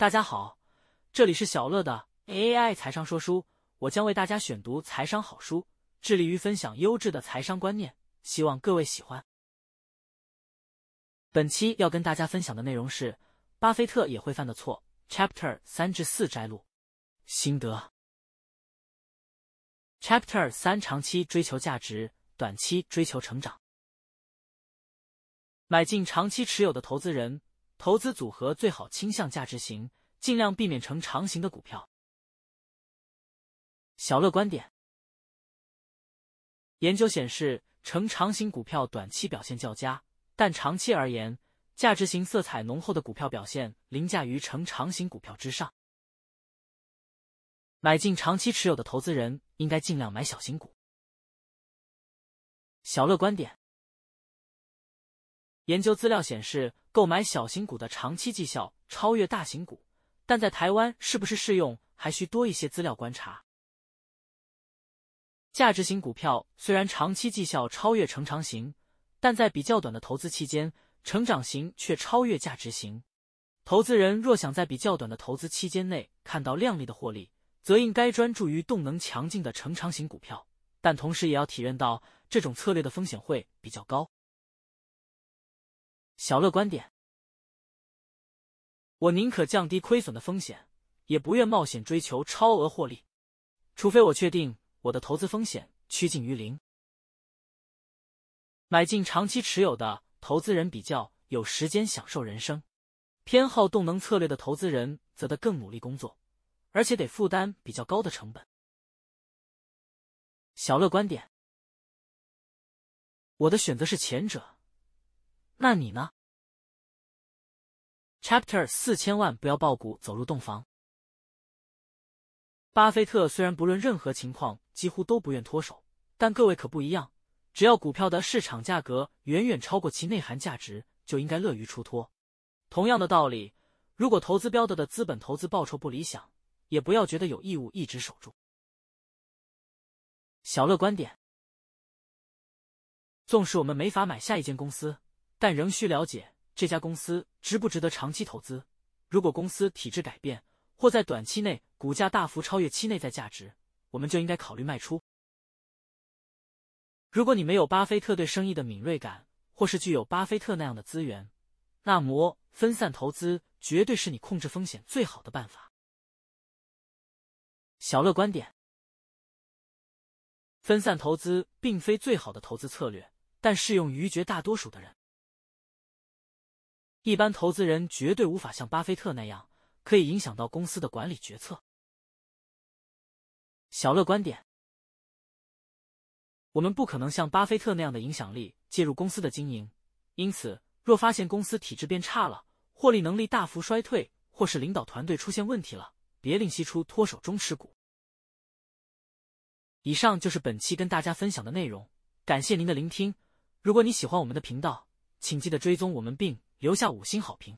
大家好，这里是小乐的 AI 财商说书，我将为大家选读财商好书，致力于分享优质的财商观念，希望各位喜欢。本期要跟大家分享的内容是巴菲特也会犯的错 Chapter 3至4摘录心得。Chapter 3长期追求价值，短期追求成长。买进长期持有的投资人，投资组合最好倾向价值型，尽量避免成长型的股票。小乐观点：研究显示，成长型股票短期表现较佳，但长期而言，价值型色彩浓厚的股票表现凌驾于成长型股票之上。买进长期持有的投资人应该尽量买小型股。小乐观点：研究资料显示，购买小型股的长期绩效超越大型股，但在台湾是不是适用，还需多一些资料观察。价值型股票虽然长期绩效超越成长型，但在比较短的投资期间，成长型却超越价值型。投资人若想在比较短的投资期间内看到亮丽的获利，则应该专注于动能强劲的成长型股票，但同时也要体认到这种策略的风险会比较高。小乐观点：我宁可降低亏损的风险，也不愿冒险追求超额获利，除非我确定我的投资风险趋近于零。买进长期持有的投资人比较有时间享受人生，偏好动能策略的投资人则得更努力工作，而且得负担比较高的成本。小乐观点：我的选择是前者，那你呢？ Chapter 4千万不要抱股走入洞房。巴菲特虽然不论任何情况几乎都不愿脱手，但各位可不一样，只要股票的市场价格远远超过其内涵价值，就应该乐于出脱。同样的道理，如果投资标的资本投资报酬不理想，也不要觉得有义务一直守住。小乐观点：纵使我们没法买下一间公司，但仍需了解这家公司值不值得长期投资。如果公司体制改变，或在短期内股价大幅超越期内在价值，我们就应该考虑卖出。如果你没有巴菲特对生意的敏锐感，或是具有巴菲特那样的资源，那么分散投资绝对是你控制风险最好的办法。小乐观点：分散投资并非最好的投资策略，但适用于绝大多数的人。一般投资人绝对无法像巴菲特那样，可以影响到公司的管理决策。小乐观点：我们不可能像巴菲特那样的影响力介入公司的经营，因此若发现公司体制变差了，获利能力大幅衰退，或是领导团队出现问题了，别吝惜出脱手中持股。以上就是本期跟大家分享的内容，感谢您的聆听。如果你喜欢我们的频道，请记得追踪我们并留下5星好评。